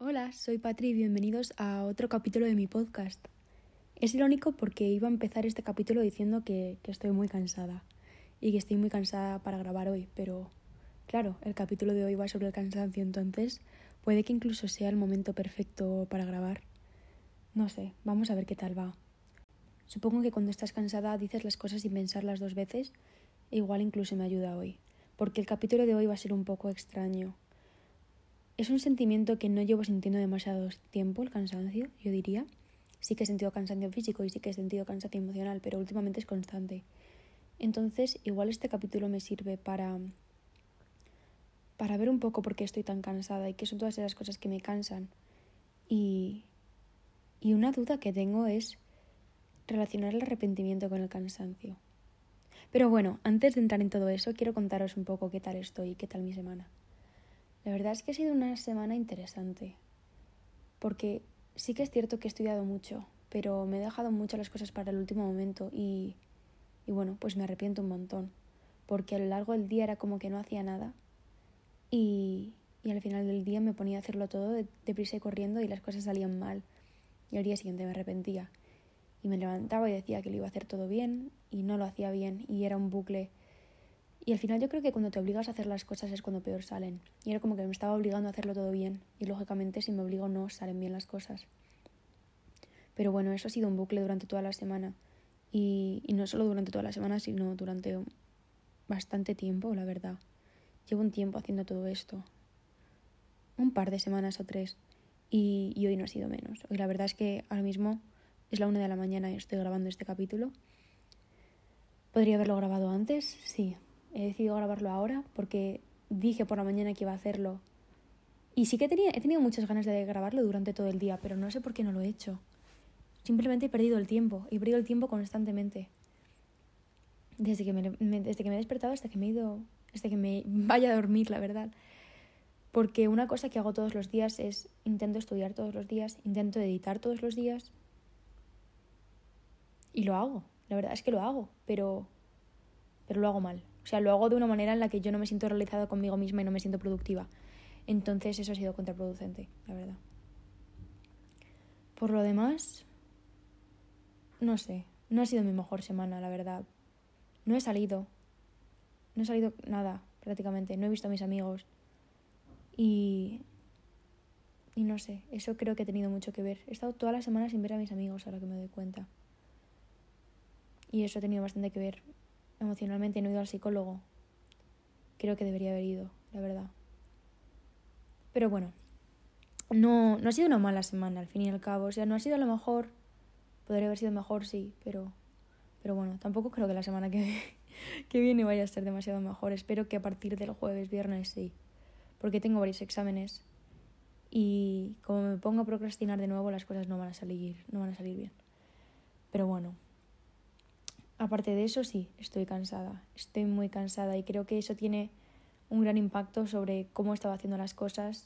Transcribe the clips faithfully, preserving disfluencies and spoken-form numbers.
Hola, soy Patri y bienvenidos a otro capítulo de mi podcast. Es irónico porque iba a empezar este capítulo diciendo que, que estoy muy cansada y que estoy muy cansada para grabar hoy, pero claro, el capítulo de hoy va sobre el cansancio, entonces puede que incluso sea el momento perfecto para grabar. No sé, vamos a ver qué tal va. Supongo que cuando estás cansada dices las cosas sin pensarlas dos veces e igual incluso me ayuda hoy, porque el capítulo de hoy va a ser un poco extraño. Es un sentimiento que no llevo sintiendo demasiado tiempo, el cansancio, yo diría. Sí que he sentido cansancio físico y sí que he sentido cansancio emocional, pero últimamente es constante. Entonces, igual este capítulo me sirve para, para ver un poco por qué estoy tan cansada y qué son todas esas cosas que me cansan. Y, y una duda que tengo es relacionar el arrepentimiento con el cansancio. Pero bueno, antes de entrar en todo eso, quiero contaros un poco qué tal estoy y qué tal mi semana. La verdad es que ha sido una semana interesante, porque sí que es cierto que he estudiado mucho, pero me he dejado mucho las cosas para el último momento y, y bueno, pues me arrepiento un montón, porque a lo largo del día era como que no hacía nada y, y al final del día me ponía a hacerlo todo de, deprisa y corriendo y las cosas salían mal y al día siguiente me arrepentía y me levantaba y decía que lo iba a hacer todo bien y no lo hacía bien y era un bucle. Y al final yo creo que cuando te obligas a hacer las cosas es cuando peor salen. Y era como que me estaba obligando a hacerlo todo bien. Y lógicamente si me obligo no salen bien las cosas. Pero bueno, eso ha sido un bucle durante toda la semana. Y, y no solo durante toda la semana, sino durante bastante tiempo, la verdad. Llevo un tiempo haciendo todo esto. Un par de semanas o tres. Y, y hoy no ha sido menos. Hoy la verdad es que ahora mismo es la una de la mañana y estoy grabando este capítulo. ¿Podría haberlo grabado antes? Sí. He decidido grabarlo ahora porque dije por la mañana que iba a hacerlo. Y sí que tenía, he tenido muchas ganas de grabarlo durante todo el día, pero no sé por qué no lo he hecho. Simplemente he perdido el tiempo. He perdido el tiempo constantemente. Desde que me, me, desde que me he despertado hasta que me he ido... Hasta que me vaya a dormir, la verdad. Porque una cosa que hago todos los días es... Intento estudiar todos los días. Intento editar todos los días. Y lo hago. La verdad es que lo hago. Pero... Pero lo hago mal. O sea, lo hago de una manera en la que yo no me siento realizada conmigo misma y no me siento productiva. Entonces eso ha sido contraproducente, la verdad. Por lo demás, no sé, no ha sido mi mejor semana, la verdad. No he salido, no he salido nada, prácticamente, no he visto a mis amigos. Y... Y no sé, eso creo que ha tenido mucho que ver. He estado toda la semana sin ver a mis amigos, ahora que me doy cuenta. Y eso ha tenido bastante que ver. Emocionalmente no he ido al psicólogo. Creo que debería haber ido, la verdad. Pero bueno, no, no ha sido una mala semana al fin y al cabo. O sea, no ha sido lo mejor. Podría haber sido mejor, sí, pero, pero bueno, tampoco creo que la semana que, que viene vaya a ser demasiado mejor. Espero que a partir del jueves, viernes, sí. Porque tengo varios exámenes y como me pongo a procrastinar de nuevo, las cosas no van a salir, no van a salir bien. Pero bueno, aparte de eso, sí, estoy cansada. Estoy muy cansada y creo que eso tiene un gran impacto sobre cómo estaba haciendo las cosas.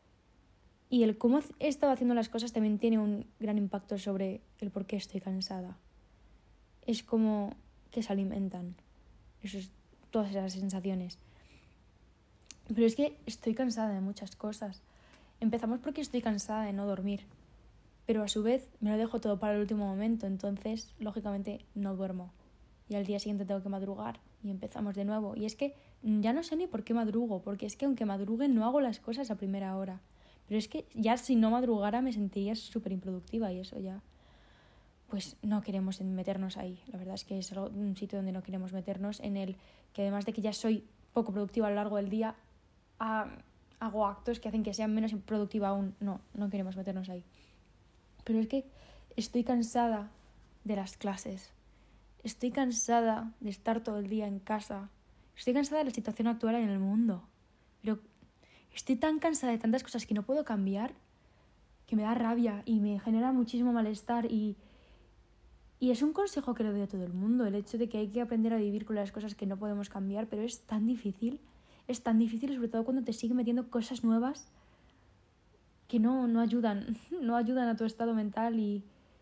Y el cómo he estado haciendo las cosas también tiene un gran impacto sobre el por qué estoy cansada. Es como que se alimentan esos, todas esas sensaciones. Pero es que estoy cansada de muchas cosas. Empezamos porque estoy cansada de no dormir. Pero a su vez me lo dejo todo para el último momento. Entonces, lógicamente, no duermo. Y al día siguiente tengo que madrugar. Y empezamos de nuevo. Y es que ya no sé ni por qué madrugo. Porque es que aunque madrugue no hago las cosas a primera hora. Pero es que ya si no madrugara me sentiría súper improductiva. Y eso ya... pues no queremos meternos ahí. La verdad es que es algo, un sitio donde no queremos meternos, en el que además de que ya soy poco productiva a lo largo del día, ha, hago actos que hacen que sea menos productiva aún. No, no queremos meternos ahí. Pero es que estoy cansada de las clases. Estoy cansada de estar todo el día en casa. Estoy cansada de la situación actual en el mundo. Pero estoy tan cansada de tantas cosas que no puedo cambiar que me da rabia y me genera muchísimo malestar y... Y es un consejo que le doy a todo el mundo, el hecho de que hay que aprender a vivir con las cosas que no podemos cambiar, pero es tan difícil, es tan difícil, sobre todo cuando te siguen metiendo cosas nuevas que no, no ayudan, no ayudan a tu estado mental y,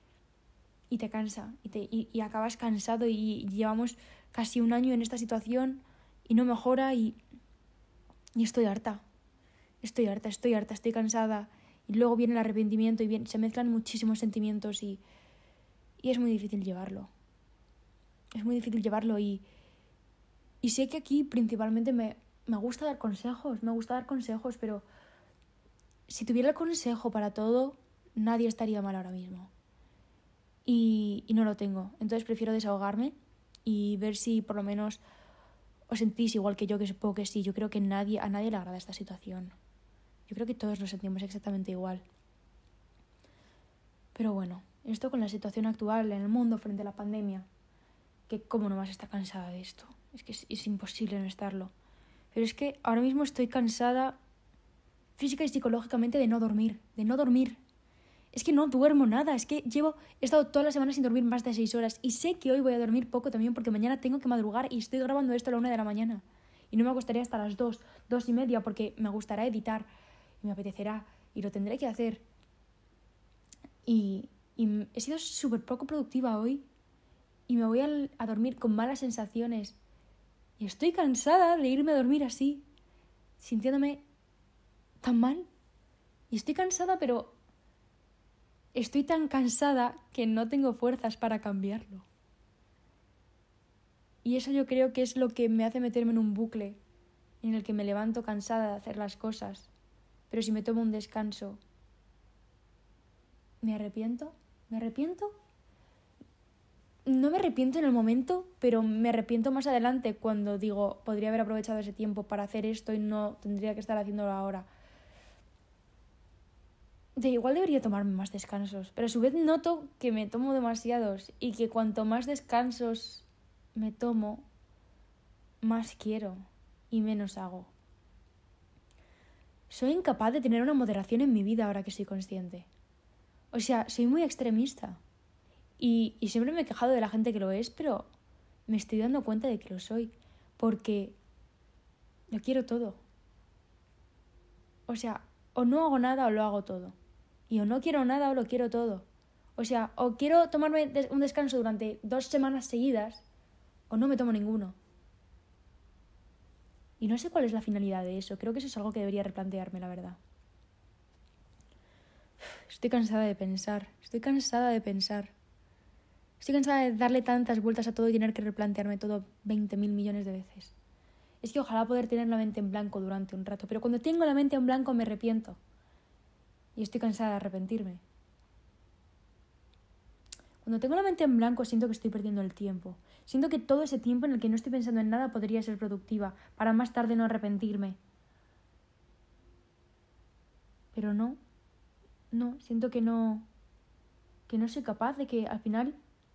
y te cansa, y, te, y, y acabas cansado y llevamos casi un año en esta situación y no mejora y, y estoy harta, estoy harta, estoy harta, estoy cansada Y luego viene el arrepentimiento y viene, se mezclan muchísimos sentimientos y, y es muy difícil llevarlo. Es muy difícil llevarlo y, y sé que aquí principalmente me, me gusta dar consejos, me gusta dar consejos, pero si tuviera el consejo para todo, nadie estaría mal ahora mismo. Y, y no lo tengo. Entonces prefiero desahogarme y ver si por lo menos os sentís igual que yo, que supongo que sí. Yo creo que nadie, a nadie le agrada esta situación. Yo creo que todos nos sentimos exactamente igual. Pero bueno, esto con la situación actual en el mundo frente a la pandemia, que cómo no vas a estar cansada de esto. Es que es, es imposible no estarlo. Pero es que ahora mismo estoy cansada física y psicológicamente de no dormir, de no dormir. Es que no duermo nada, es que llevo, he estado toda la semana sin dormir más de seis horas y sé que hoy voy a dormir poco también porque mañana tengo que madrugar y estoy grabando esto a la una de la mañana. Y no me acostaría hasta las dos, dos y media porque me gustará editar y me apetecerá y lo tendré que hacer. Y, y he sido súper poco productiva hoy y me voy a, a dormir con malas sensaciones. Y estoy cansada de irme a dormir así, sintiéndome tan mal. Y estoy cansada, pero estoy tan cansada que no tengo fuerzas para cambiarlo. Y eso yo creo que es lo que me hace meterme en un bucle en el que me levanto cansada de hacer las cosas. Pero si me tomo un descanso, ¿me arrepiento? ¿Me arrepiento? No me arrepiento en el momento, pero me arrepiento más adelante cuando digo, podría haber aprovechado ese tiempo para hacer esto y no tendría que estar haciéndolo ahora. De igual debería tomarme más descansos, pero a su vez noto que me tomo demasiados y que cuanto más descansos me tomo, más quiero y menos hago. Soy incapaz de tener una moderación en mi vida ahora que soy consciente. O sea, soy muy extremista y, y siempre me he quejado de la gente que lo es, pero me estoy dando cuenta de que lo soy porque lo quiero todo. O sea, o no hago nada o lo hago todo. Y o no quiero nada o lo quiero todo. O sea, o quiero tomarme un descanso durante dos semanas seguidas o no me tomo ninguno. Y no sé cuál es la finalidad de eso. Creo que eso es algo que debería replantearme, la verdad. Estoy cansada de pensar. Estoy cansada de pensar. Estoy cansada de darle tantas vueltas a todo y tener que replantearme todo veinte mil millones de veces. Es que ojalá poder tener la mente en blanco durante un rato. Pero cuando tengo la mente en blanco me arrepiento. Y estoy cansada de arrepentirme. Cuando tengo la mente en blanco siento que estoy perdiendo el tiempo. Siento que todo ese tiempo en el que no estoy pensando en nada podría ser productiva, para más tarde no arrepentirme. Pero no, no, siento que no, que no soy capaz de que al final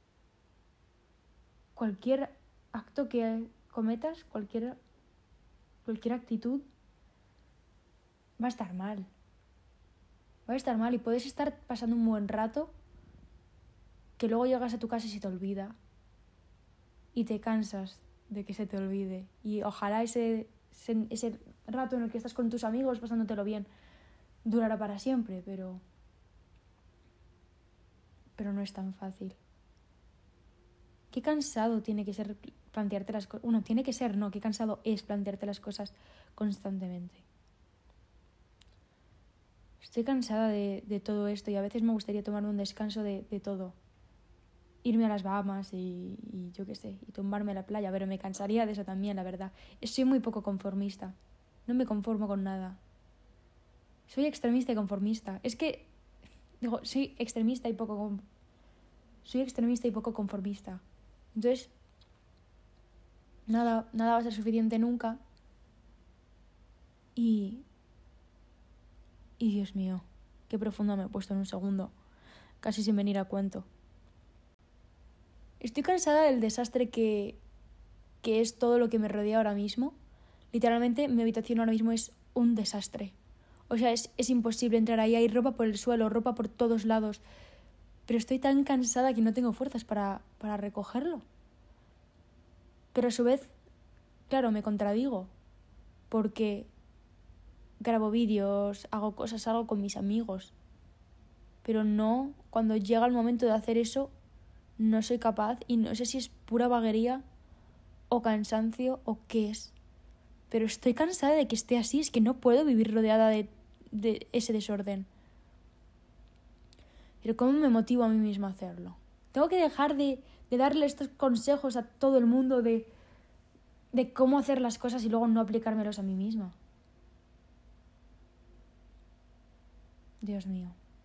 cualquier acto que cometas, cualquier, cualquier actitud, va a estar mal. Va a estar mal y puedes estar pasando un buen rato que luego llegas a tu casa y se te olvida y te cansas de que se te olvide y ojalá ese, ese, ese rato en el que estás con tus amigos pasándotelo bien durará para siempre, pero pero no es tan fácil. Qué cansado tiene que ser plantearte las cosas, bueno, tiene que ser, no, qué cansado es plantearte las cosas constantemente. Estoy cansada de, de todo esto y a veces me gustaría tomarme un descanso de, de todo. Irme a las Bahamas y, y yo qué sé, y tumbarme a la playa, pero me cansaría de eso también, la verdad. Soy muy poco conformista, no me conformo con nada. Soy extremista y conformista. Es que, digo, soy extremista y poco, soy extremista y poco conformista. Entonces, nada, nada va a ser suficiente nunca. Y, y Dios mío, qué profundo me he puesto en un segundo, casi sin venir a cuento. Estoy cansada del desastre que, que es todo lo que me rodea ahora mismo. Literalmente mi habitación ahora mismo es un desastre. O sea, es, es imposible entrar ahí. Hay ropa por el suelo, ropa por todos lados. Pero estoy tan cansada que no tengo fuerzas para, para recogerlo. Pero a su vez, claro, me contradigo. Porque grabo vídeos, hago cosas, salgo con mis amigos. Pero no, cuando llega el momento de hacer eso, no soy capaz y no sé si es pura vaguería o cansancio o qué es. Pero estoy cansada de que esté así, es que no puedo vivir rodeada de, de ese desorden. Pero ¿cómo me motivo a mí misma a hacerlo? Tengo que dejar de, de darle estos consejos a todo el mundo de, de cómo hacer las cosas y luego no aplicármelos a mí misma. Dios mío.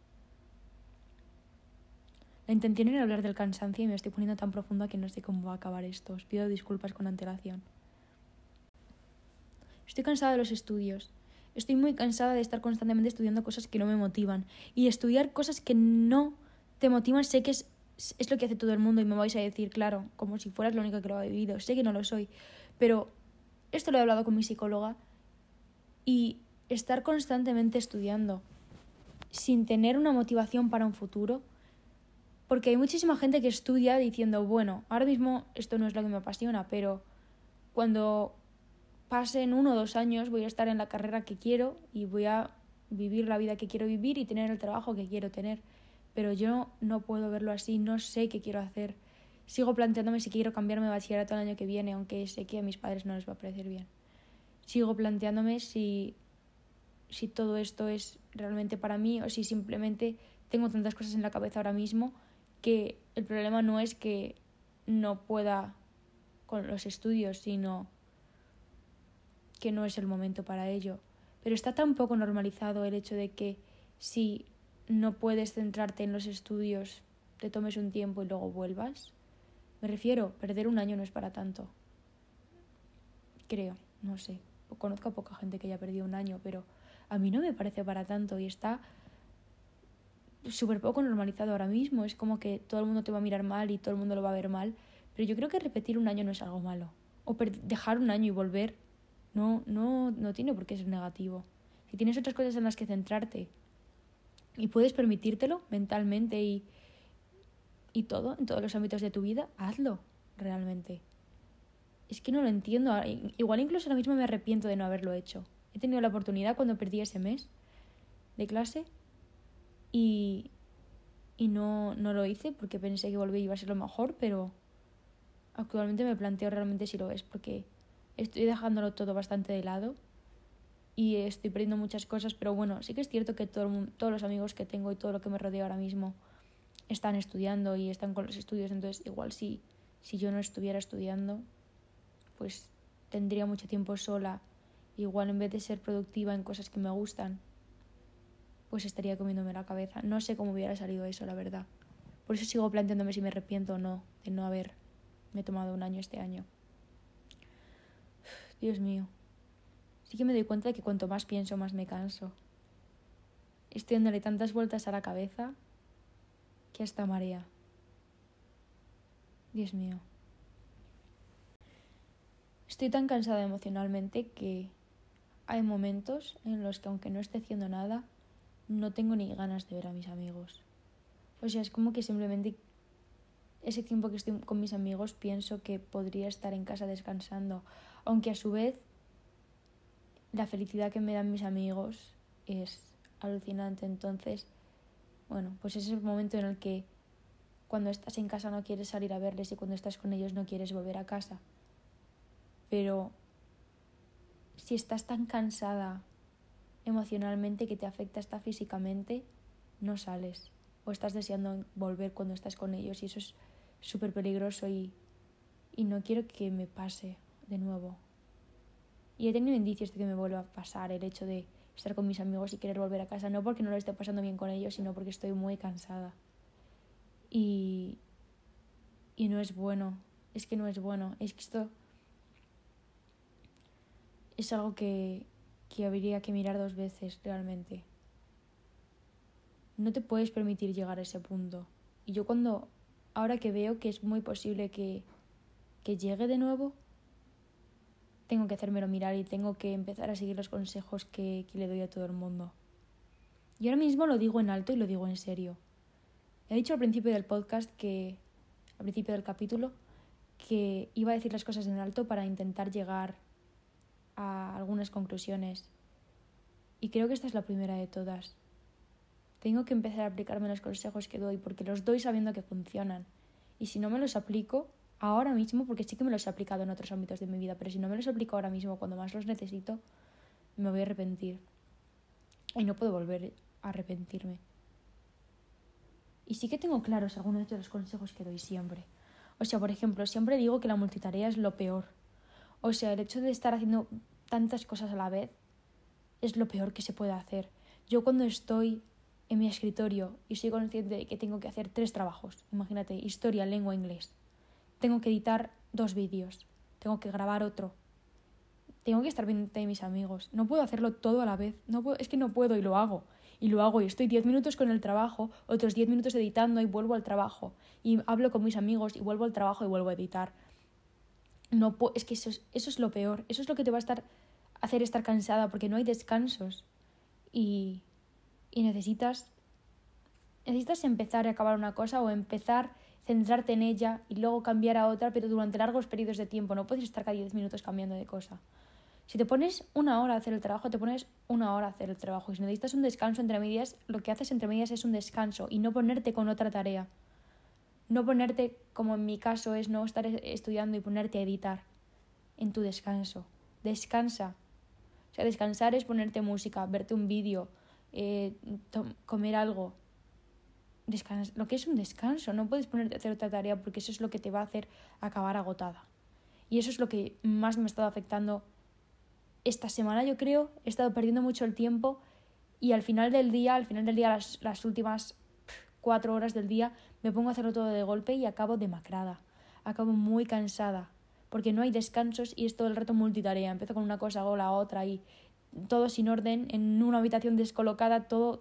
La intención era hablar del cansancio y me estoy poniendo tan profunda que no sé cómo va a acabar esto. Os pido disculpas con antelación. Estoy cansada de los estudios. Estoy muy cansada de estar constantemente estudiando cosas que no me motivan. Y estudiar cosas que no te motivan, sé que es, es lo que hace todo el mundo y me vais a decir, claro, como si fueras la única que lo ha vivido. Sé que no lo soy, pero esto lo he hablado con mi psicóloga y estar constantemente estudiando sin tener una motivación para un futuro, porque hay muchísima gente que estudia diciendo, bueno, ahora mismo esto no es lo que me apasiona, pero cuando pasen uno o dos años voy a estar en la carrera que quiero y voy a vivir la vida que quiero vivir y tener el trabajo que quiero tener. Pero yo no puedo verlo así, no sé qué quiero hacer. Sigo planteándome si quiero cambiarme de bachillerato el año que viene, aunque sé que a mis padres no les va a parecer bien. Sigo planteándome si, si todo esto es realmente para mí o si simplemente tengo tantas cosas en la cabeza ahora mismo que el problema no es que no pueda con los estudios, sino que no es el momento para ello. Pero está tan poco normalizado el hecho de que si no puedes centrarte en los estudios, te tomes un tiempo y luego vuelvas. Me refiero, perder un año no es para tanto. Creo, no sé. Conozco a poca gente que haya perdido un año, pero a mí no me parece para tanto y está súper poco normalizado ahora mismo. Es como que todo el mundo te va a mirar mal y todo el mundo lo va a ver mal. Pero yo creo que repetir un año no es algo malo. O per- dejar un año y volver no, no, no tiene por qué ser negativo. Si tienes otras cosas en las que centrarte y puedes permitírtelo mentalmente y, y todo, en todos los ámbitos de tu vida, hazlo realmente. Es que no lo entiendo. Igual incluso ahora mismo me arrepiento de no haberlo hecho. He tenido la oportunidad cuando perdí ese mes de clase y, y no, no lo hice porque pensé que volver iba a ser lo mejor, pero actualmente me planteo realmente si lo es, porque estoy dejándolo todo bastante de lado y estoy perdiendo muchas cosas, pero bueno, sí que es cierto que todo el mundo, todos los amigos que tengo y todo lo que me rodea ahora mismo están estudiando y están con los estudios, entonces igual si, si yo no estuviera estudiando, pues tendría mucho tiempo sola. Igual en vez de ser productiva en cosas que me gustan, pues estaría comiéndome la cabeza. No sé cómo hubiera salido eso, la verdad. Por eso sigo planteándome si me arrepiento o no de no haberme tomado un año este año. Dios mío. Sí que me doy cuenta de que cuanto más pienso, más me canso. Estoy dándole tantas vueltas a la cabeza que hasta marea. Dios mío. Estoy tan cansada emocionalmente que hay momentos en los que aunque no esté haciendo nada, no tengo ni ganas de ver a mis amigos. O sea, es como que simplemente ese tiempo que estoy con mis amigos pienso que podría estar en casa descansando, aunque a su vez la felicidad que me dan mis amigos es alucinante. Entonces, bueno, pues ese es el momento en el que cuando estás en casa no quieres salir a verles y cuando estás con ellos no quieres volver a casa. Pero si estás tan cansada emocionalmente que te afecta hasta físicamente, no sales o estás deseando volver cuando estás con ellos y eso es súper peligroso y, y no quiero que me pase de nuevo. Y he tenido indicios de que me vuelva a pasar el hecho de estar con mis amigos y querer volver a casa, no porque no lo esté pasando bien con ellos, sino porque estoy muy cansada. Y, y no es bueno, es que no es bueno, es que esto es algo que, que habría que mirar dos veces realmente. No te puedes permitir llegar a ese punto. Y yo cuando, ahora que veo que es muy posible que, que llegue de nuevo, tengo que hacérmelo mirar y tengo que empezar a seguir los consejos que, que le doy a todo el mundo. Y ahora mismo lo digo en alto y lo digo en serio. He dicho al principio del podcast que, al principio del capítulo, que iba a decir las cosas en alto para intentar llegar a algunas conclusiones. Y creo que esta es la primera de todas. Tengo que empezar a aplicarme los consejos que doy porque los doy sabiendo que funcionan. Y si no me los aplico ahora mismo, porque sí que me los he aplicado en otros ámbitos de mi vida, pero si no me los aplico ahora mismo cuando más los necesito, me voy a arrepentir. Y no puedo volver a arrepentirme. Y sí que tengo claros algunos de los consejos que doy siempre. O sea, por ejemplo, siempre digo que la multitarea es lo peor. O sea, el hecho de estar haciendo tantas cosas a la vez es lo peor que se puede hacer. Yo cuando estoy en mi escritorio y soy consciente de que tengo que hacer tres trabajos, imagínate, historia, lengua, inglés, tengo que editar dos vídeos, tengo que grabar otro, tengo que estar pendiente de mis amigos, no puedo hacerlo todo a la vez, no puedo, es que no puedo y lo hago. Y lo hago y estoy diez minutos con el trabajo, otros diez minutos editando y vuelvo al trabajo. Y hablo con mis amigos y vuelvo al trabajo y vuelvo a editar. No puedo, es que eso es, eso es lo peor. Eso es lo que te va a estar, hacer estar cansada porque no hay descansos. Y, y necesitas, necesitas empezar a acabar una cosa o empezar, centrarte en ella y luego cambiar a otra, pero durante largos periodos de tiempo. No puedes estar cada diez minutos cambiando de cosa. Si te pones una hora a hacer el trabajo, te pones una hora a hacer el trabajo. Y si necesitas un descanso entre medias, lo que haces entre medias es un descanso y no ponerte con otra tarea. No ponerte, como en mi caso, es no estar estudiando y ponerte a editar en tu descanso. Descansa. O sea, descansar es ponerte música, verte un vídeo, eh, comer algo. Descansa. Lo que es un descanso. No puedes ponerte a hacer otra tarea porque eso es lo que te va a hacer acabar agotada. Y eso es lo que más me ha estado afectando esta semana. Yo creo, he estado perdiendo mucho el tiempo y al final del día, al final del día, las, las últimas cuatro horas del día, me pongo a hacerlo todo de golpe y acabo demacrada. Acabo muy cansada porque no hay descansos y es todo el rato multitarea. Empiezo con una cosa, hago la otra y todo sin orden, en una habitación descolocada, todo...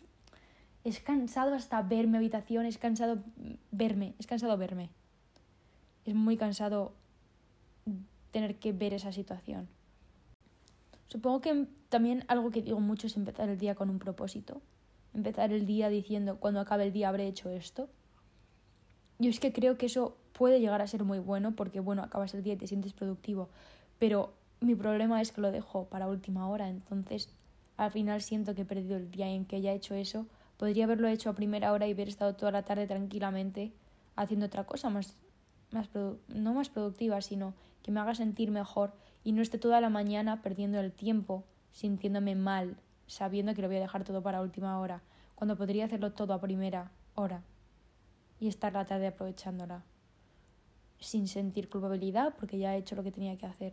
Es cansado hasta ver mi habitación, es cansado verme, es cansado verme. Es muy cansado tener que ver esa situación. Supongo que también algo que digo mucho es empezar el día con un propósito. Empezar el día diciendo, cuando acabe el día habré hecho esto. Yo es que creo que eso puede llegar a ser muy bueno porque, bueno, acabas el día y te sientes productivo. Pero mi problema es que lo dejo para última hora. Entonces, al final siento que he perdido el día en que ya he hecho eso. Podría haberlo hecho a primera hora y haber estado toda la tarde tranquilamente haciendo otra cosa más, más produ- no más productiva, sino que me haga sentir mejor y no esté toda la mañana perdiendo el tiempo, sintiéndome mal, sabiendo que lo voy a dejar todo para última hora, cuando podría hacerlo todo a primera hora y estar la tarde aprovechándola, sin sentir culpabilidad porque ya he hecho lo que tenía que hacer.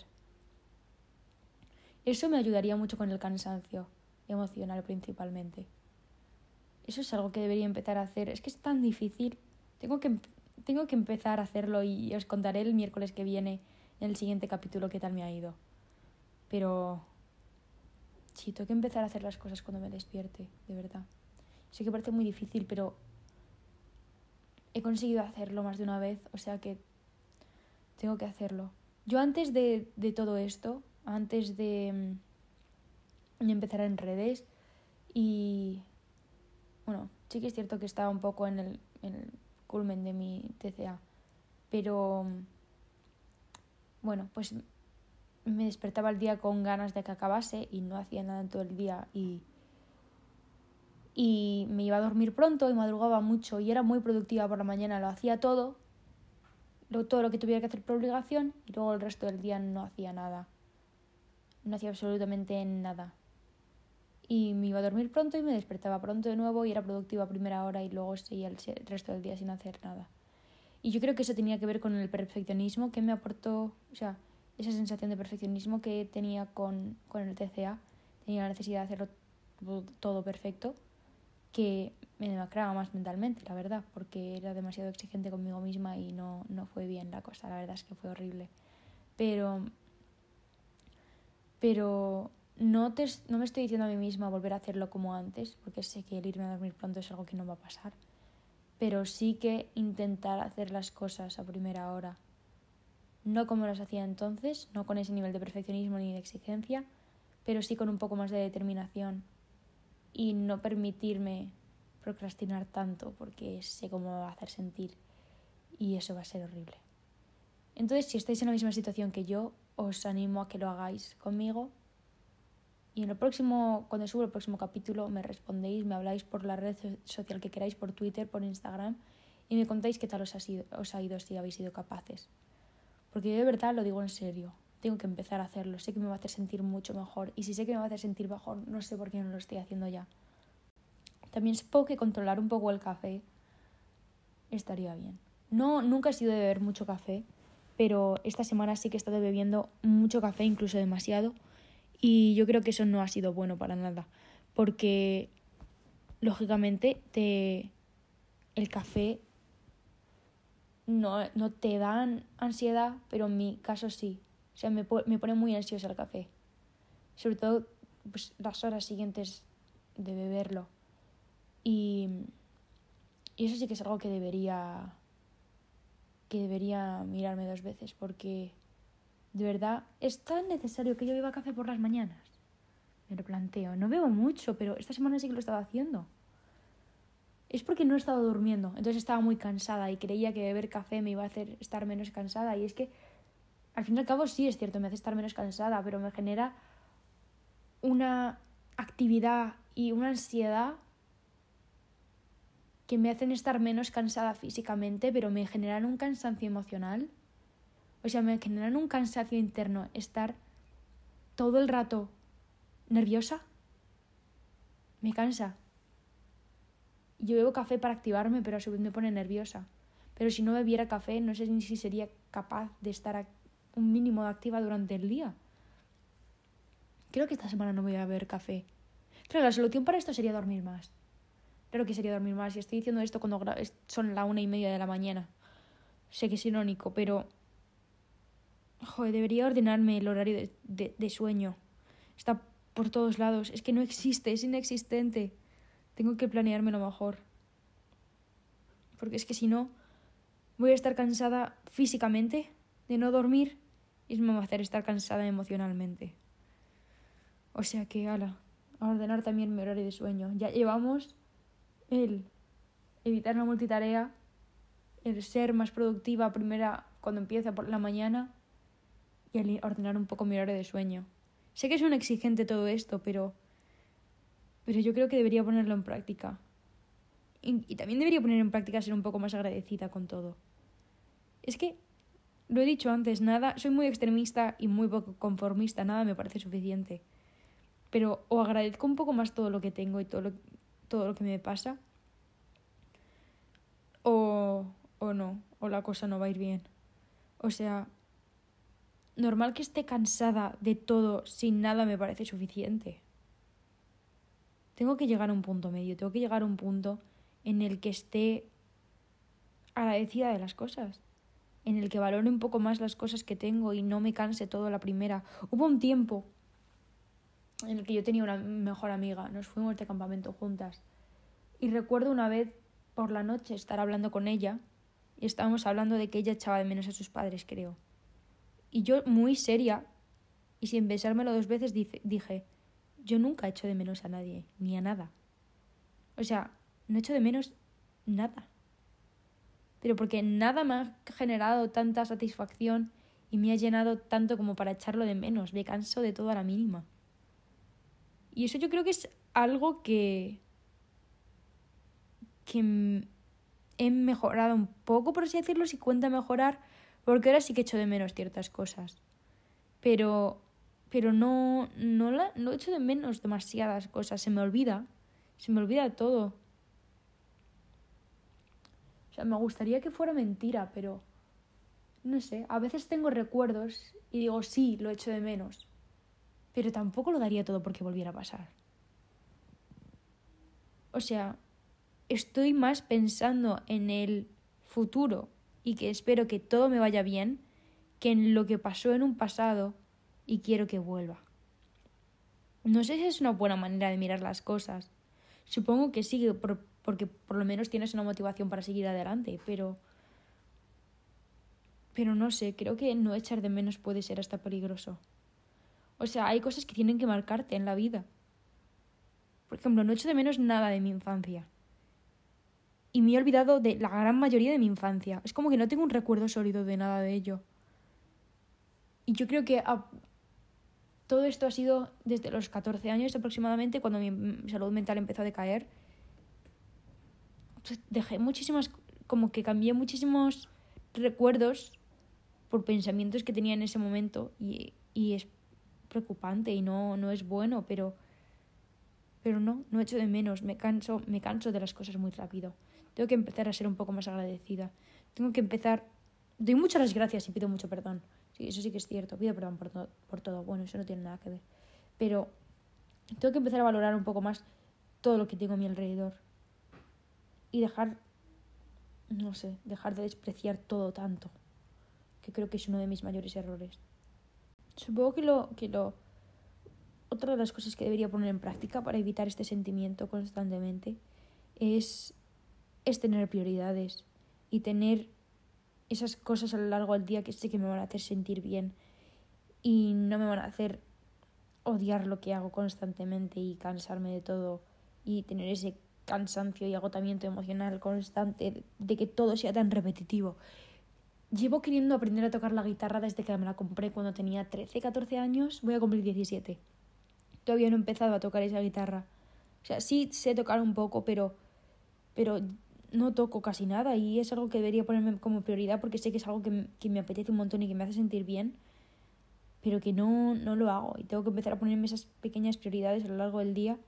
Eso me ayudaría mucho con el cansancio emocional principalmente. Eso es algo que debería empezar a hacer. Es que es tan difícil. Tengo que, tengo que empezar a hacerlo y os contaré el miércoles que viene en el siguiente capítulo qué tal me ha ido. Pero sí, tengo que empezar a hacer las cosas cuando me despierte, de verdad. Sé que parece muy difícil, pero he conseguido hacerlo más de una vez, o sea que tengo que hacerlo. Yo antes de, de todo esto, antes de, de empezar en redes y... Bueno, sí que es cierto que estaba un poco en el, en el culmen de mi T C A, pero bueno, pues me despertaba el día con ganas de que acabase y no hacía nada en todo el día y, y me iba a dormir pronto y madrugaba mucho y era muy productiva por la mañana, lo hacía todo, lo, todo lo que tuviera que hacer por obligación y luego el resto del día no hacía nada, no hacía absolutamente nada. Y me iba a dormir pronto y me despertaba pronto de nuevo y era productiva a primera hora y luego seguía el resto del día sin hacer nada. Y yo creo que eso tenía que ver con el perfeccionismo que me aportó, o sea, esa sensación de perfeccionismo que tenía con, con el T C A. Tenía la necesidad de hacerlo todo perfecto, que me demacraba más mentalmente, la verdad, porque era demasiado exigente conmigo misma y no, no fue bien la cosa, la verdad es que fue horrible. Pero... Pero... No, te, no me estoy diciendo a mí misma volver a hacerlo como antes, porque sé que el irme a dormir pronto es algo que no va a pasar. Pero sí que intentar hacer las cosas a primera hora. No como las hacía entonces, no con ese nivel de perfeccionismo ni de exigencia, pero sí con un poco más de determinación. Y no permitirme procrastinar tanto, porque sé cómo me va a hacer sentir. Y eso va a ser horrible. Entonces, si estáis en la misma situación que yo, os animo a que lo hagáis conmigo. Y en el próximo, cuando subo el próximo capítulo, me respondéis, me habláis por la red social que queráis, por Twitter, por Instagram, y me contáis qué tal os ha, sido, os ha ido, si habéis sido capaces. Porque yo de verdad lo digo en serio, tengo que empezar a hacerlo, sé que me va a hacer sentir mucho mejor, y si sé que me va a hacer sentir mejor, no sé por qué no lo estoy haciendo ya. También supongo que controlar un poco el café, estaría bien. No, nunca he sido de beber mucho café, pero esta semana sí que he estado bebiendo mucho café, incluso demasiado, y yo creo que eso no ha sido bueno para nada, porque lógicamente te el café no, no te da ansiedad, pero en mi caso sí. O sea, me, me pone muy ansiosa el café. Sobre todo pues, las horas siguientes de beberlo. Y, y eso sí que es algo que debería, que debería mirarme dos veces, porque de verdad es tan necesario que yo beba café por las mañanas. Me lo planteo. No bebo mucho, pero esta semana sí que lo estaba haciendo. Es porque no he estado durmiendo, entonces estaba muy cansada y creía que beber café me iba a hacer estar menos cansada. Y es que, al fin y al cabo, sí es cierto, me hace estar menos cansada, pero me genera una actividad y una ansiedad que me hacen estar menos cansada físicamente, pero me generan un cansancio emocional. O sea, me generan un cansancio interno estar todo el rato nerviosa. Me cansa. Yo bebo café para activarme, pero a su vez me pone nerviosa. Pero si no bebiera café, no sé ni si sería capaz de estar un mínimo de activa durante el día. Creo que esta semana no voy a beber café. Claro, la solución para esto sería dormir más. Claro que sería dormir más. Y estoy diciendo esto cuando son la una y media de la mañana. Sé que es irónico, pero... Joder, debería ordenarme el horario de, de, de sueño. Está por todos lados. Es que no existe, es inexistente. Tengo que planeármelo mejor. Porque es que si no, voy a estar cansada físicamente de no dormir y eso me va a hacer estar cansada emocionalmente. O sea que, ala, a ordenar también mi horario de sueño. Ya llevamos el evitar la multitarea, el ser más productiva primera cuando empieza por la mañana y el ordenar un poco mi horario de sueño. Sé que es un exigente todo esto, pero... Pero yo creo que debería ponerlo en práctica. Y, y también debería poner en práctica ser un poco más agradecida con todo. Es que, lo he dicho antes, nada, soy muy extremista y muy poco conformista, nada me parece suficiente. Pero o agradezco un poco más todo lo que tengo y todo lo, todo lo que me pasa, o, o no, o la cosa no va a ir bien. O sea, normal que esté cansada de todo sin nada me parece suficiente. Tengo que llegar a un punto medio, tengo que llegar a un punto en el que esté agradecida de las cosas, en el que valore un poco más las cosas que tengo y no me canse todo a la primera. Hubo un tiempo en el que yo tenía una mejor amiga, nos fuimos de campamento juntas y recuerdo una vez por la noche estar hablando con ella y estábamos hablando de que ella echaba de menos a sus padres, creo. Y yo, muy seria y sin pensármelo dos veces, dije... Yo nunca echo de menos a nadie, ni a nada. O sea, no echo de menos nada. Pero porque nada me ha generado tanta satisfacción y me ha llenado tanto como para echarlo de menos. Me canso de todo a la mínima. Y eso yo creo que es algo que... que he mejorado un poco, por así decirlo, si cuenta mejorar, porque ahora sí que echo de menos ciertas cosas. Pero... Pero no, no, la, no echo de menos demasiadas cosas. Se me olvida. Se me olvida todo. O sea, me gustaría que fuera mentira, pero... No sé, a veces tengo recuerdos y digo, sí, lo echo de menos. Pero tampoco lo daría todo porque volviera a pasar. O sea, estoy más pensando en el futuro y que espero que todo me vaya bien que en lo que pasó en un pasado y quiero que vuelva. No sé si es una buena manera de mirar las cosas. Supongo que sí, por, porque por lo menos tienes una motivación para seguir adelante, pero... Pero no sé, creo que no echar de menos puede ser hasta peligroso. O sea, hay cosas que tienen que marcarte en la vida. Por ejemplo, no echo de menos nada de mi infancia. Y me he olvidado de la gran mayoría de mi infancia. Es como que no tengo un recuerdo sólido de nada de ello. Y yo creo que... A, Todo esto ha sido desde los catorce años aproximadamente, cuando mi salud mental empezó a decaer. Dejé muchísimas, como que cambié muchísimos recuerdos por pensamientos que tenía en ese momento y, y es preocupante y no, no es bueno, pero, Pero no, no echo de menos, me canso, me canso de las cosas muy rápido. Tengo que empezar a ser un poco más agradecida. Tengo que empezar... Doy muchas las gracias y pido mucho perdón. Sí, eso sí que es cierto, pido perdón por, to- por todo. Bueno, eso no tiene nada que ver. Pero tengo que empezar a valorar un poco más todo lo que tengo a mi alrededor. Y dejar, no sé, dejar de despreciar todo tanto. Que creo que es uno de mis mayores errores. Supongo que lo... Que lo otra de las cosas que debería poner en práctica para evitar este sentimiento constantemente es, es tener prioridades y tener esas cosas a lo largo del día que sé que me van a hacer sentir bien y no me van a hacer odiar lo que hago constantemente y cansarme de todo y tener ese cansancio y agotamiento emocional constante de que todo sea tan repetitivo. Llevo queriendo aprender a tocar la guitarra desde que me la compré cuando tenía trece, catorce años. Voy a cumplir diecisiete. Todavía no he empezado a tocar esa guitarra. O sea, sí sé tocar un poco, pero, pero no toco casi nada y es algo que debería ponerme como prioridad porque sé que es algo que, que me apetece un montón y que me hace sentir bien, pero que no, no lo hago y tengo que empezar a ponerme esas pequeñas prioridades a lo largo del día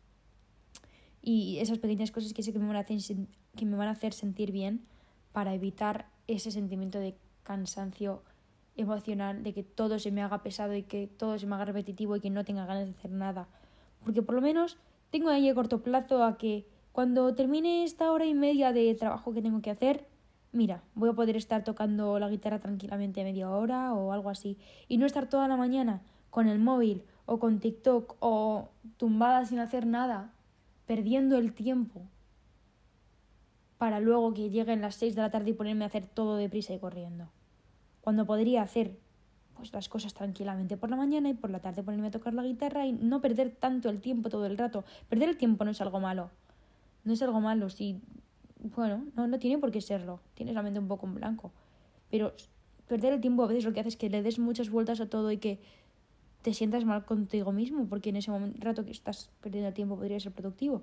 y esas pequeñas cosas que sé que me van a hacer, que me van a hacer sentir bien para evitar ese sentimiento de cansancio emocional, de que todo se me haga pesado y que todo se me haga repetitivo y que no tenga ganas de hacer nada. Porque por lo menos tengo ahí a corto plazo a que cuando termine esta hora y media de trabajo que tengo que hacer, mira, voy a poder estar tocando la guitarra tranquilamente media hora o algo así. Y no estar toda la mañana con el móvil o con TikTok o tumbada sin hacer nada, perdiendo el tiempo para luego que lleguen las seis de la tarde y ponerme a hacer todo deprisa y corriendo. Cuando podría hacer pues las cosas tranquilamente por la mañana y por la tarde ponerme a tocar la guitarra y no perder tanto el tiempo todo el rato. Perder el tiempo no es algo malo. No es algo malo, si... Bueno, no, no tiene por qué serlo. Tienes la mente un poco en blanco. Pero perder el tiempo a veces lo que hace es que le des muchas vueltas a todo y que te sientas mal contigo mismo, porque en ese momento, rato que estás perdiendo el tiempo podría ser productivo.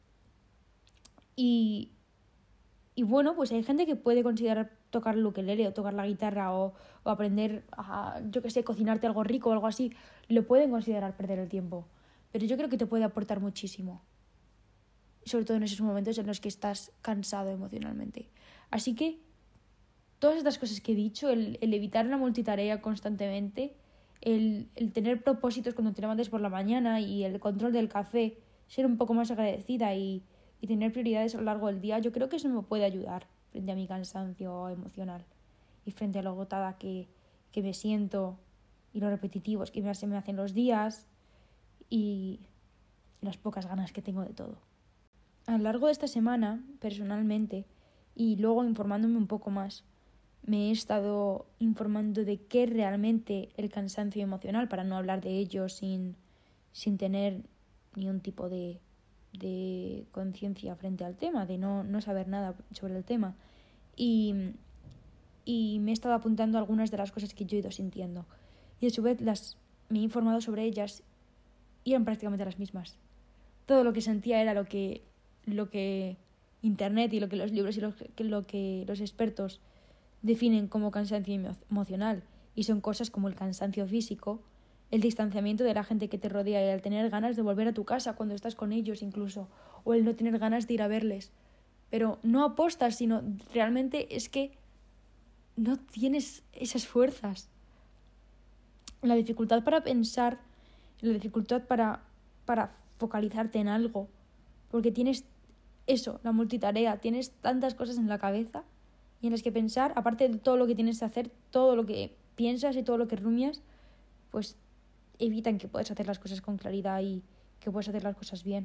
Y... Y bueno, pues hay gente que puede considerar tocar el ukelele o tocar la guitarra o, o aprender a, yo que sé, cocinarte algo rico o algo así. Lo pueden considerar perder el tiempo. Pero yo creo que te puede aportar muchísimo. Sobre todo en esos momentos en los que estás cansado emocionalmente. Así que todas estas cosas que he dicho, el, el evitar la multitarea constantemente, el, el tener propósitos cuando te levantes por la mañana y el control del café, ser un poco más agradecida y... y tener prioridades a lo largo del día, yo creo que eso me puede ayudar frente a mi cansancio emocional y frente a lo agotada que, que me siento y lo repetitivos que me, se me hacen los días y las pocas ganas que tengo de todo. A lo largo de esta semana, personalmente, y luego informándome un poco más, me he estado informando de qué es realmente el cansancio emocional para no hablar de ello sin, sin tener ni un tipo de... de conciencia frente al tema, de no, no saber nada sobre el tema. Y, y me he estado apuntando algunas de las cosas que yo he ido sintiendo. Y a su vez las, me he informado sobre ellas y eran prácticamente las mismas. Todo lo que sentía era lo que, lo que Internet y lo que los libros y lo que, lo que los expertos definen como cansancio emocional. Y son cosas como el cansancio físico, el distanciamiento de la gente que te rodea y el tener ganas de volver a tu casa cuando estás con ellos incluso, o el no tener ganas de ir a verles. Pero no apostas, sino realmente es que no tienes esas fuerzas. La dificultad para pensar, la dificultad para, para focalizarte en algo, porque tienes eso, la multitarea, tienes tantas cosas en la cabeza y en las que pensar, aparte de todo lo que tienes que hacer, todo lo que piensas y todo lo que rumias, pues evitan que puedas hacer las cosas con claridad y que puedas hacer las cosas bien.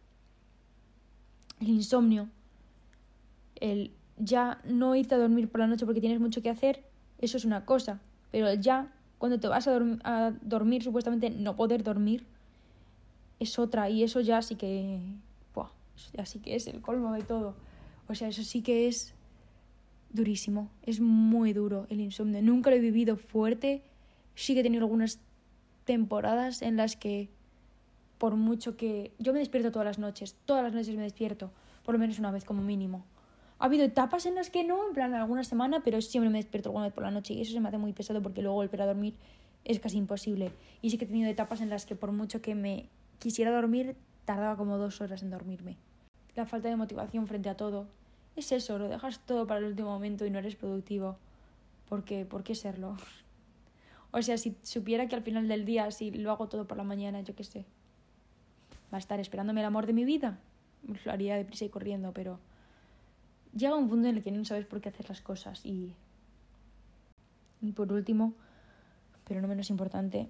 El insomnio, el ya no irte a dormir por la noche porque tienes mucho que hacer, eso es una cosa, pero el ya, cuando te vas a, dorm- a dormir, supuestamente no poder dormir, es otra, y eso ya sí que, buah, eso ya sí que es el colmo de todo. O sea, eso sí que es durísimo, es muy duro el insomnio. Nunca lo he vivido fuerte, sí que he tenido algunas temporadas en las que por mucho que... Yo me despierto todas las noches, todas las noches me despierto, por lo menos una vez como mínimo. Ha habido etapas en las que no, en plan alguna semana, pero siempre me despierto alguna vez por la noche y eso se me hace muy pesado porque luego volver a dormir es casi imposible. Y sí que he tenido etapas en las que por mucho que me quisiera dormir, tardaba como dos horas en dormirme. La falta de motivación frente a todo. Es eso, lo dejas todo para el último momento y no eres productivo. ¿Por qué? ¿Por qué serlo? O sea, si supiera que al final del día, si lo hago todo por la mañana, yo qué sé, va a estar esperándome el amor de mi vida, lo haría deprisa y corriendo, pero llega un punto en el que no sabes por qué hacer las cosas. Y, y por último, pero no menos importante,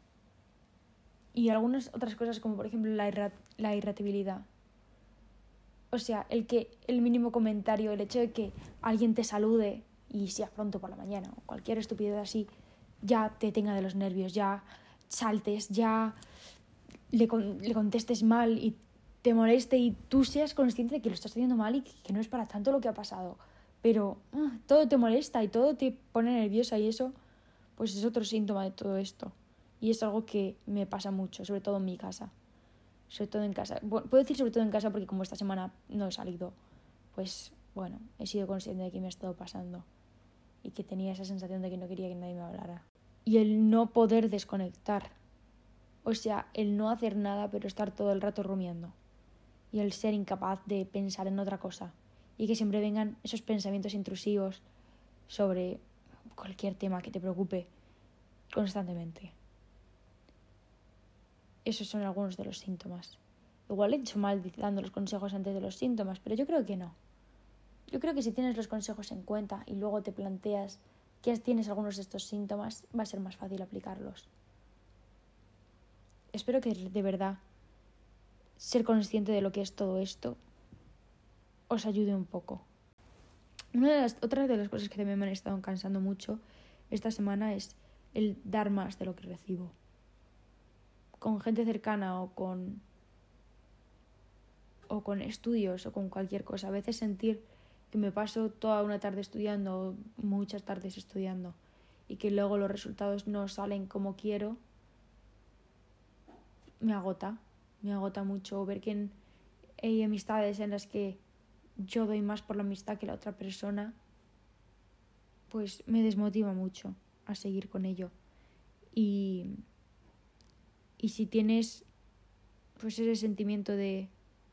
y algunas otras cosas como por ejemplo la, irra- la irritabilidad. O sea, el que el mínimo comentario, el hecho de que alguien te salude y sea pronto por la mañana o cualquier estupidez así, ya te tenga de los nervios, ya saltes, ya le, con- le contestes mal y te moleste y tú seas consciente de que lo estás haciendo mal y que no es para tanto lo que ha pasado. Pero uh, todo te molesta y todo te pone nerviosa y eso pues es otro síntoma de todo esto. Y es algo que me pasa mucho, sobre todo en mi casa. Sobre todo en casa. Bueno, puedo decir sobre todo en casa porque como esta semana no he salido, pues bueno, he sido consciente de que me ha estado pasando y que tenía esa sensación de que no quería que nadie me hablara. Y el no poder desconectar. O sea, el no hacer nada pero estar todo el rato rumiando. Y el ser incapaz de pensar en otra cosa. Y que siempre vengan esos pensamientos intrusivos sobre cualquier tema que te preocupe constantemente. Esos son algunos de los síntomas. Igual he hecho mal dando los consejos antes de los síntomas, pero yo creo que no. Yo creo que si tienes los consejos en cuenta y luego te planteas que tienes algunos de estos síntomas, va a ser más fácil aplicarlos. Espero que de verdad ser consciente de lo que es todo esto os ayude un poco. Una de las, otra de las cosas que también me han estado cansando mucho esta semana es el dar más de lo que recibo. Con gente cercana o con, o con estudios o con cualquier cosa. A veces sentir que me paso toda una tarde estudiando, muchas tardes estudiando, y que luego los resultados no salen como quiero, me agota. Me agota mucho ver que en, hay amistades en las que yo doy más por la amistad que la otra persona, pues me desmotiva mucho a seguir con ello. Y, y si tienes pues ese sentimiento de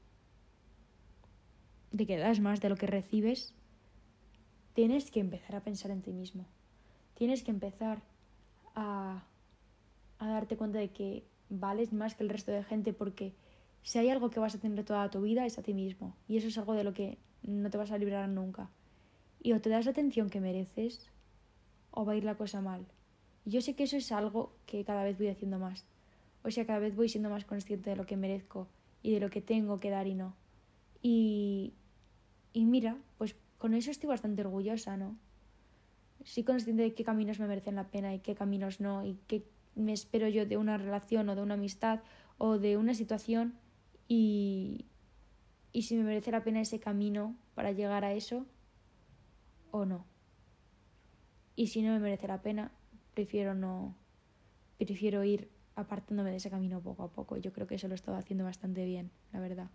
de que das más de lo que recibes, tienes que empezar a pensar en ti mismo. Tienes que empezar a, a darte cuenta de que vales más que el resto de gente, porque si hay algo que vas a tener toda tu vida es a ti mismo. Y eso es algo de lo que no te vas a librar nunca. Y o te das la atención que mereces o va a ir la cosa mal. Y yo sé que eso es algo que cada vez voy haciendo más. O sea, cada vez voy siendo más consciente de lo que merezco y de lo que tengo que dar y no. Y, y mira, pues con eso estoy bastante orgullosa, ¿no? Soy consciente de qué caminos me merecen la pena y qué caminos no, y qué me espero yo de una relación o de una amistad o de una situación, y, y si me merece la pena ese camino para llegar a eso o no. Y si no me merece la pena, prefiero no, prefiero ir apartándome de ese camino poco a poco. Yo creo que eso lo he estado haciendo bastante bien, la verdad.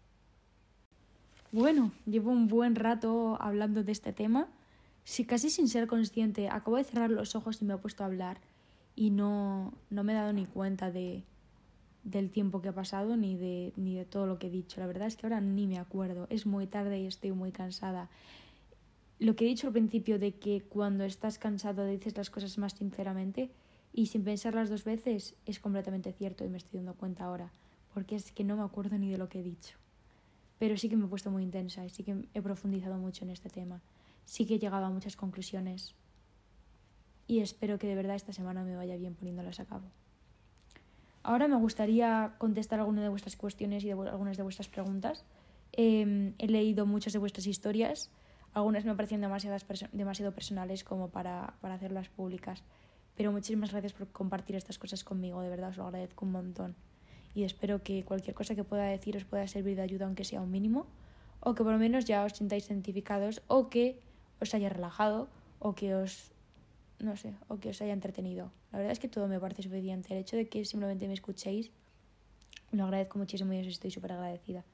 Bueno, llevo un buen rato hablando de este tema. Sí, casi sin ser consciente, acabo de cerrar los ojos y me he puesto a hablar y no, no me he dado ni cuenta de, del tiempo que ha pasado ni de, ni de todo lo que he dicho. La verdad es que ahora ni me acuerdo. Es muy tarde y estoy muy cansada. Lo que he dicho al principio de que cuando estás cansado dices las cosas más sinceramente y sin pensarlas dos veces es completamente cierto, y me estoy dando cuenta ahora, porque es que no me acuerdo ni de lo que he dicho. Pero sí que me he puesto muy intensa y sí que he profundizado mucho en este tema. Sí que he llegado a muchas conclusiones y espero que de verdad esta semana me vaya bien poniéndolas a cabo. Ahora me gustaría contestar algunas de vuestras cuestiones y de algunas de vuestras preguntas. Eh, he leído muchas de vuestras historias. Algunas me parecían demasiadas perso- demasiado personales como para, para hacerlas públicas. Pero muchísimas gracias por compartir estas cosas conmigo. De verdad os lo agradezco un montón. Y espero que cualquier cosa que pueda decir os pueda servir de ayuda, aunque sea un mínimo. O que por lo menos ya os sintáis identificados, o que os haya relajado, o que os... no sé, o que os haya entretenido. La verdad es que todo me parece suficiente. El hecho de que simplemente me escuchéis, lo agradezco muchísimo y os estoy súper agradecida.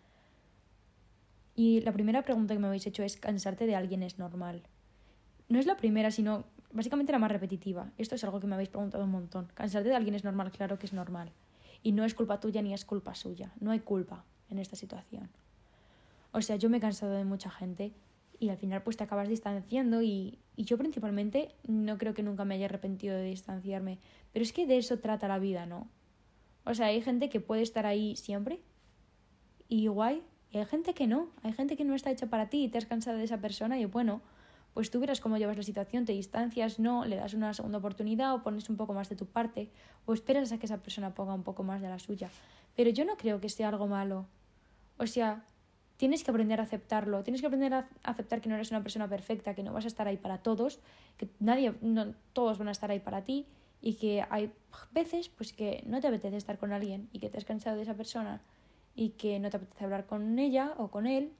Y la primera pregunta que me habéis hecho es: ¿cansarte de alguien es normal? No es la primera, sino básicamente la más repetitiva. Esto es algo que me habéis preguntado un montón. ¿Cansarte de alguien es normal? Claro que es normal. Y no es culpa tuya ni es culpa suya. No hay culpa. en esta situación. O sea, yo me he cansado de mucha gente y al final pues te acabas distanciando y, y yo principalmente no creo que nunca me haya arrepentido de distanciarme. Pero es que de eso trata la vida, ¿no? O sea, hay gente que puede estar ahí siempre y guay, y hay gente que no. Hay gente que no está hecha para ti y te has cansado de esa persona y bueno, pues tú verás cómo llevas la situación, te distancias, no, le das una segunda oportunidad o pones un poco más de tu parte o esperas a que esa persona ponga un poco más de la suya. Pero yo no creo que sea algo malo. O sea, tienes que aprender a aceptarlo, tienes que aprender a aceptar que no eres una persona perfecta, que no vas a estar ahí para todos, que nadie, no, todos van a estar ahí para ti y que hay veces pues que no te apetece estar con alguien y que te has cansado de esa persona y que no te apetece hablar con ella o con él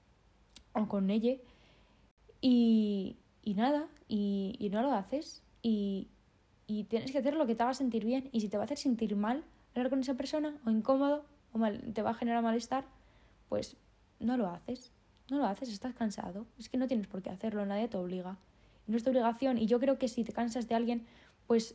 o con ella y, y nada, y, y no lo haces y, y tienes que hacer lo que te haga sentir bien y si te va a hacer sentir mal hablar con esa persona o incómodo o mal, te va a generar malestar, pues no lo haces, no lo haces, estás cansado, es que no tienes por qué hacerlo, nadie te obliga, no es tu obligación y yo creo que si te cansas de alguien, pues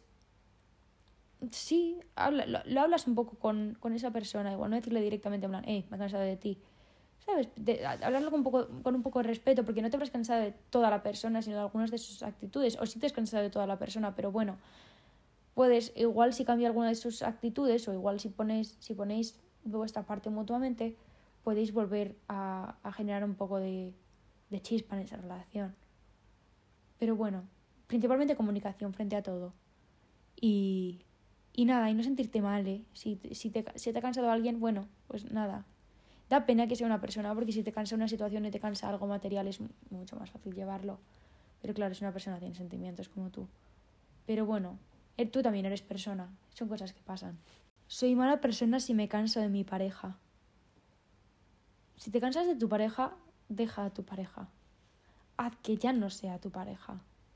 sí, habla, lo, lo hablas un poco con, con esa persona, igual no decirle directamente en plan, eh, me he cansado de ti, ¿sabes? De, hablarlo con un, poco, con un poco de respeto, porque no te habrás cansado de toda la persona, sino de algunas de sus actitudes, o sí te has cansado de toda la persona, pero bueno, puedes, igual si cambia alguna de sus actitudes, o igual si ponéis, si ponéis de vuestra parte mutuamente, podéis volver a, a generar un poco de, de chispa en esa relación. Pero bueno, principalmente comunicación frente a todo. Y, y nada, y no sentirte mal, ¿eh? Si, si, te, si te ha cansado alguien, bueno, pues nada. Da pena que sea una persona, porque si te cansa una situación y te cansa algo material es mucho más fácil llevarlo. Pero claro, si una persona tiene sentimientos como tú. Pero bueno, tú también eres persona. Son cosas que pasan. Soy mala persona si me canso de mi pareja. Si te cansas de tu pareja, deja a tu pareja. Haz que ya no sea tu pareja.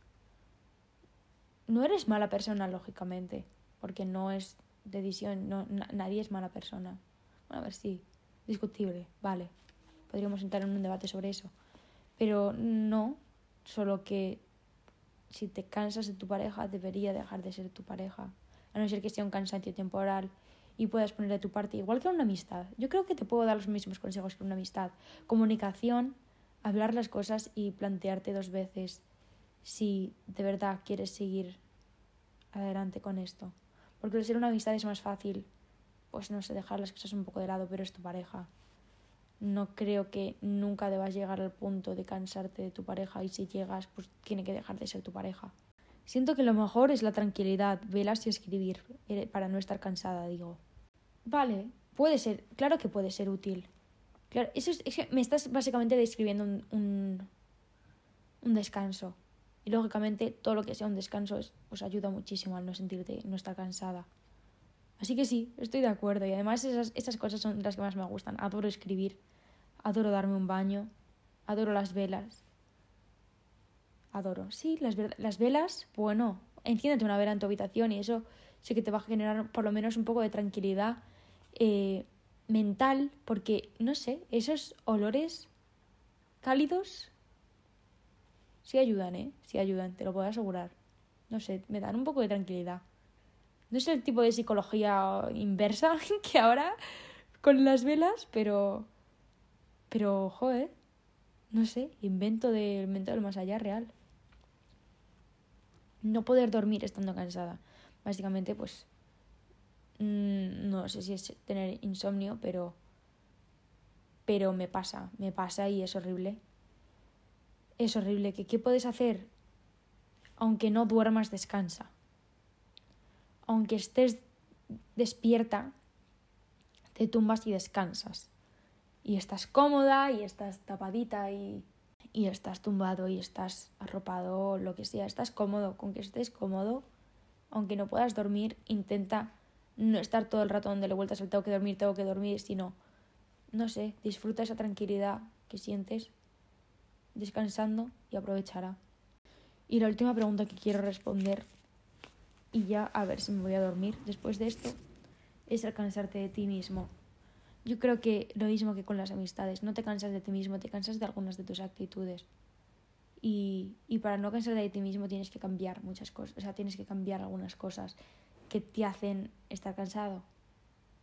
No eres mala persona, lógicamente, porque no es decisión, no, na, nadie es mala persona. Bueno, a ver, sí, discutible, vale. Podríamos entrar en un debate sobre eso. Pero no, solo que si te cansas de tu pareja, debería dejar de ser tu pareja. A no ser que sea un cansancio temporal y puedas poner de tu parte, igual que en una amistad. Yo creo que te puedo dar los mismos consejos que en una amistad. Comunicación, hablar las cosas y plantearte dos veces si de verdad quieres seguir adelante con esto. Porque al ser una amistad es más fácil, pues no sé, dejar las cosas un poco de lado, pero es tu pareja. No creo que nunca debas llegar al punto de cansarte de tu pareja y si llegas, pues tiene que dejar de ser tu pareja. Siento que lo mejor es la tranquilidad, velas y escribir, para no estar cansada, digo. Vale, puede ser, claro que puede ser útil. Claro, eso es, es que me estás básicamente describiendo un, un, un descanso. Y lógicamente todo lo que sea un descanso es, pues ayuda muchísimo al no sentirte, no estar cansada. Así que sí, estoy de acuerdo. Y además esas, esas cosas son las que más me gustan. Adoro escribir, adoro darme un baño, adoro las velas. Adoro. Sí, las, las velas, bueno, enciéndete una vela en tu habitación y eso sí que te va a generar por lo menos un poco de tranquilidad eh, mental, porque, no sé, esos olores cálidos sí ayudan, ¿eh? Sí ayudan, te lo puedo asegurar. No sé, me dan un poco de tranquilidad. No es el tipo de psicología inversa que ahora con las velas, pero... Pero, joder, no sé, invento del invento del más allá real. No poder dormir estando cansada. Básicamente, pues... Mmm, no sé si es tener insomnio, pero... Pero me pasa, me pasa y es horrible. Es horrible. ¿Qué, qué puedes hacer? Aunque no duermas, descansa. Aunque estés despierta, te tumbas y descansas. Y estás cómoda y estás tapadita y, y estás tumbado y estás arropado, lo que sea. Estás cómodo. Con que estés cómodo, aunque no puedas dormir, intenta no estar todo el rato dándole vueltas al tengo que dormir, tengo que dormir, sino, no sé, disfruta esa tranquilidad que sientes descansando y aprovechará. Y la última pregunta que quiero responder, y ya a ver si me voy a dormir después de esto, es el cansarte de ti mismo. Yo creo que lo mismo que con las amistades, no te cansas de ti mismo, te cansas de algunas de tus actitudes. Y, y para no cansarte de ti mismo tienes que cambiar muchas cosas, o sea, tienes que cambiar algunas cosas que te hacen estar cansado.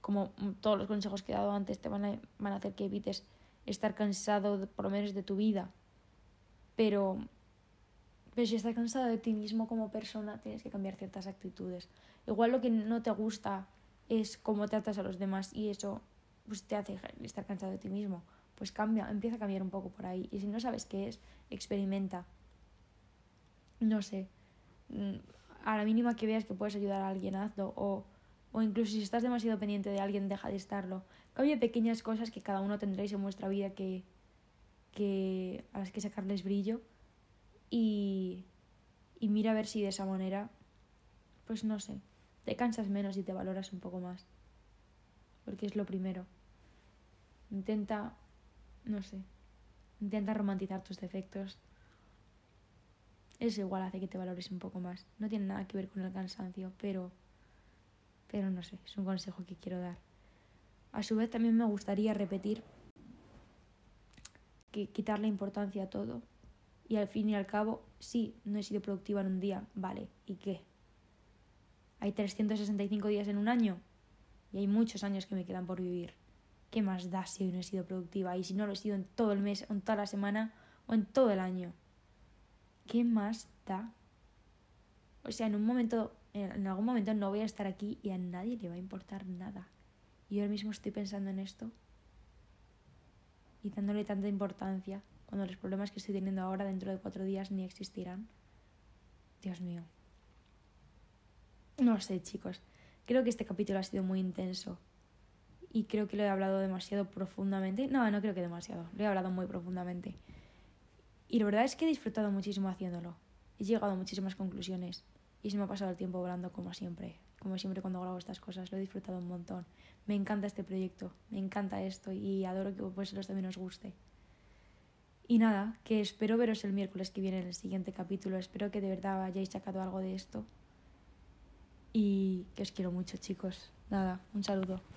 como todos los consejos que he dado antes te van a, van a hacer que evites estar cansado de, por lo menos de tu vida. Pero, pero si estás cansado de ti mismo como persona, tienes que cambiar ciertas actitudes. Igual lo que no te gusta es cómo tratas a los demás y eso pues, te hace estar cansado de ti mismo. Pues cambia, empieza a cambiar un poco por ahí. Y si no sabes qué es, experimenta. No sé. A la mínima que veas que puedes ayudar a alguien, hazlo. O, o incluso si estás demasiado pendiente de alguien, deja de estarlo. Hay pequeñas cosas que cada uno tendréis en vuestra vida que, que a las que sacarles brillo. Y, y mira a ver si de esa manera, pues no sé, te cansas menos y te valoras un poco más. Porque es lo primero. Intenta, no sé, intenta romantizar tus defectos. Eso igual hace que te valores un poco más. No tiene nada que ver con el cansancio, pero, pero no sé, es un consejo que quiero dar. A su vez también me gustaría repetir que quitarle importancia a todo. Y al fin y al cabo, sí, no he sido productiva en un día, vale, ¿y qué? Hay trescientos sesenta y cinco días en un año y hay muchos años que me quedan por vivir. ¿Qué más da si hoy no he sido productiva? Y si no lo he sido en todo el mes, o en toda la semana, o en todo el año. ¿Qué más da? O sea, en un momento, en algún momento no voy a estar aquí y a nadie le va a importar nada. Y yo ahora mismo estoy pensando en esto y dándole tanta importancia cuando los problemas que estoy teniendo ahora dentro de cuatro días ni existirán. Dios mío. No sé, chicos. Creo que este capítulo ha sido muy intenso. Y creo que lo he hablado demasiado profundamente. No, no creo que demasiado. Lo he hablado muy profundamente. Y la verdad es que he disfrutado muchísimo haciéndolo. He llegado a muchísimas conclusiones. Y se me ha pasado el tiempo volando como siempre. Como siempre cuando grabo estas cosas. Lo he disfrutado un montón. Me encanta este proyecto. Me encanta esto. Y adoro que vosotros también os guste. Y nada, que espero veros el miércoles que viene en el siguiente capítulo. Espero que de verdad hayáis sacado algo de esto. Y que os quiero mucho, chicos. Nada, un saludo.